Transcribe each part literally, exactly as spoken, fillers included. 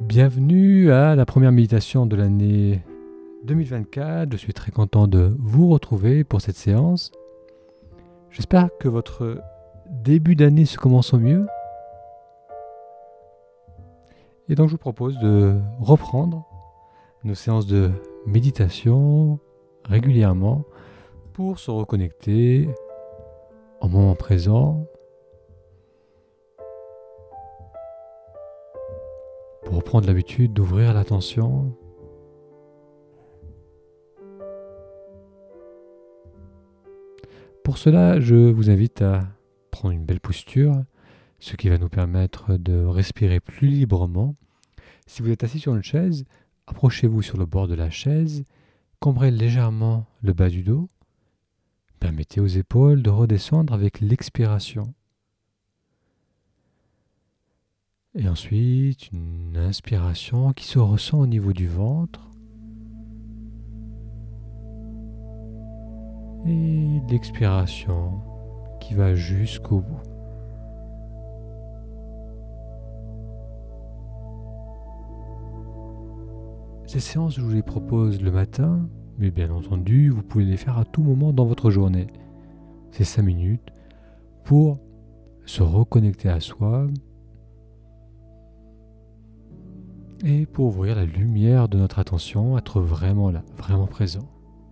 Bienvenue à la première méditation de l'année deux mille vingt-quatre. Je suis très content de vous retrouver pour cette séance. J'espère que votre début d'année se commence au mieux. Et donc je vous propose de reprendre nos séances de méditation régulièrement pour se reconnecter au moment présent, pour reprendre l'habitude d'ouvrir l'attention. Pour cela, je vous invite à prendre une belle posture, ce qui va nous permettre de respirer plus librement. Si vous êtes assis sur une chaise, approchez-vous sur le bord de la chaise, cambrez légèrement le bas du dos, permettez aux épaules de redescendre avec l'expiration. Et ensuite, une inspiration qui se ressent au niveau du ventre. Et l'expiration qui va jusqu'au bout. Ces séances, je vous les propose le matin, mais bien entendu, vous pouvez les faire à tout moment dans votre journée. C'est cinq minutes pour se reconnecter à soi et pour ouvrir la lumière de notre attention, être vraiment là, vraiment présent.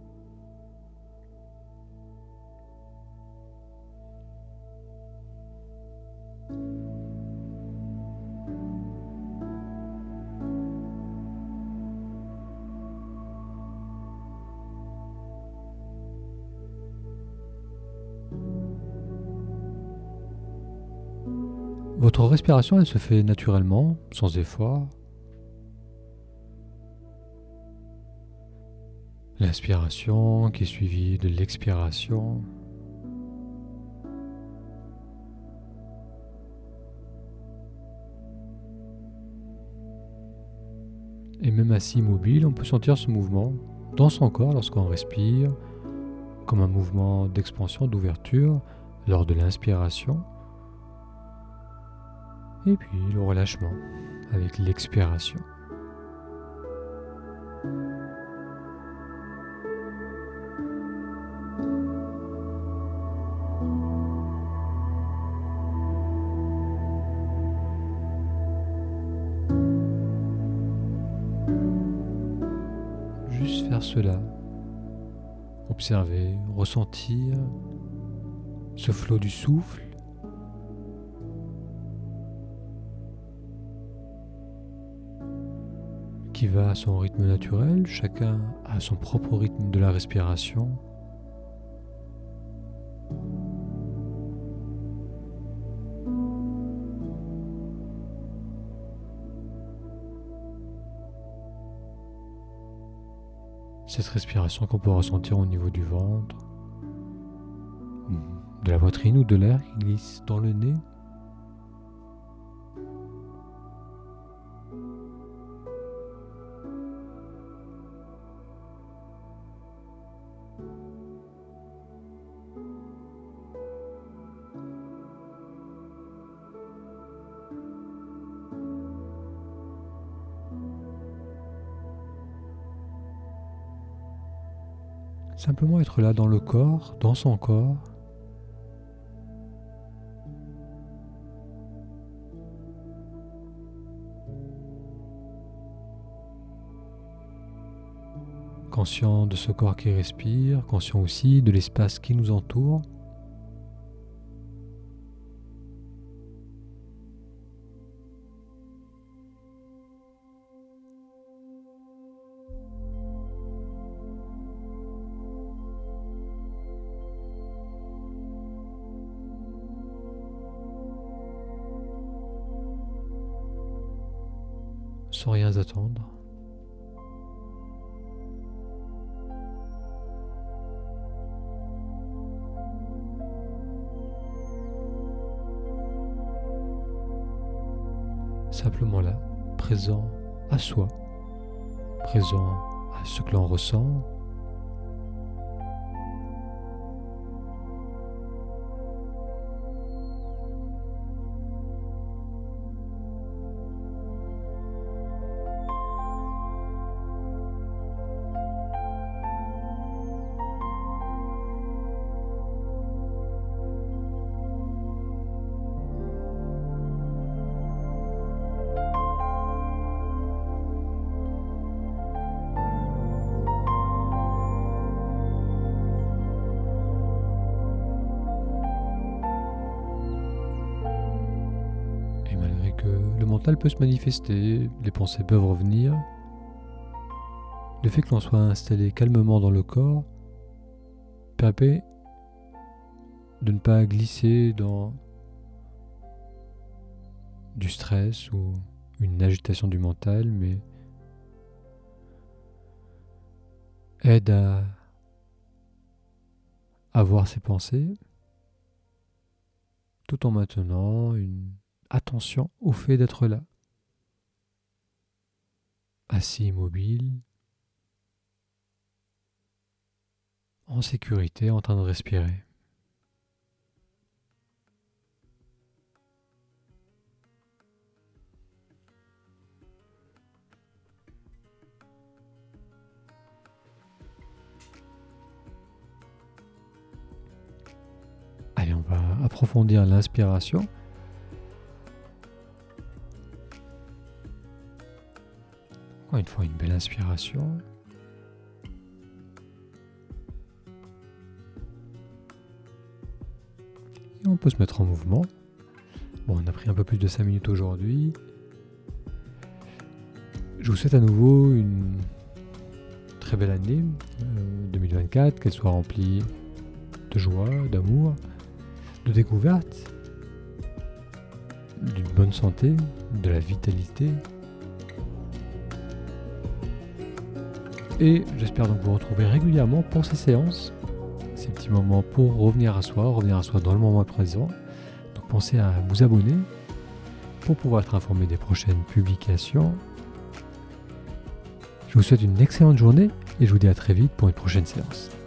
Votre respiration, elle se fait naturellement, sans effort. L'inspiration qui est suivie de l'expiration. Et même assis immobile, on peut sentir ce mouvement dans son corps lorsqu'on respire, comme un mouvement d'expansion, d'ouverture lors de l'inspiration. Et puis le relâchement avec l'expiration. Juste faire cela. Observer, ressentir ce flot du souffle. Qui va à son rythme naturel, chacun a son propre rythme de la respiration. Cette respiration qu'on peut ressentir au niveau du ventre, de la poitrine ou de l'air qui glisse dans le nez. Simplement être là dans le corps, dans son corps. Conscient de ce corps qui respire, conscient aussi de l'espace qui nous entoure. Sans rien attendre. Simplement là, présent à soi, présent à ce que l'on ressent. mental peut se manifester, les pensées peuvent revenir. Le fait que l'on soit installé calmement dans le corps permet de ne pas glisser dans du stress ou une agitation du mental, mais aide à avoir ses pensées tout en maintenant une attention au fait d'être là, assis immobile, en sécurité, en train de respirer. Allez, on va approfondir l'inspiration. Encore une fois, une belle inspiration. Et on peut se mettre en mouvement. Bon, on a pris un peu plus de cinq minutes aujourd'hui. Je vous souhaite à nouveau une très belle année euh, deux mille vingt-quatre, qu'elle soit remplie de joie, d'amour, de découverte, d'une bonne santé, de la vitalité. Et j'espère donc vous retrouver régulièrement pour ces séances, ces petits moments pour revenir à soi, revenir à soi dans le moment présent. Donc pensez à vous abonner pour pouvoir être informé des prochaines publications. Je vous souhaite une excellente journée et je vous dis à très vite pour une prochaine séance.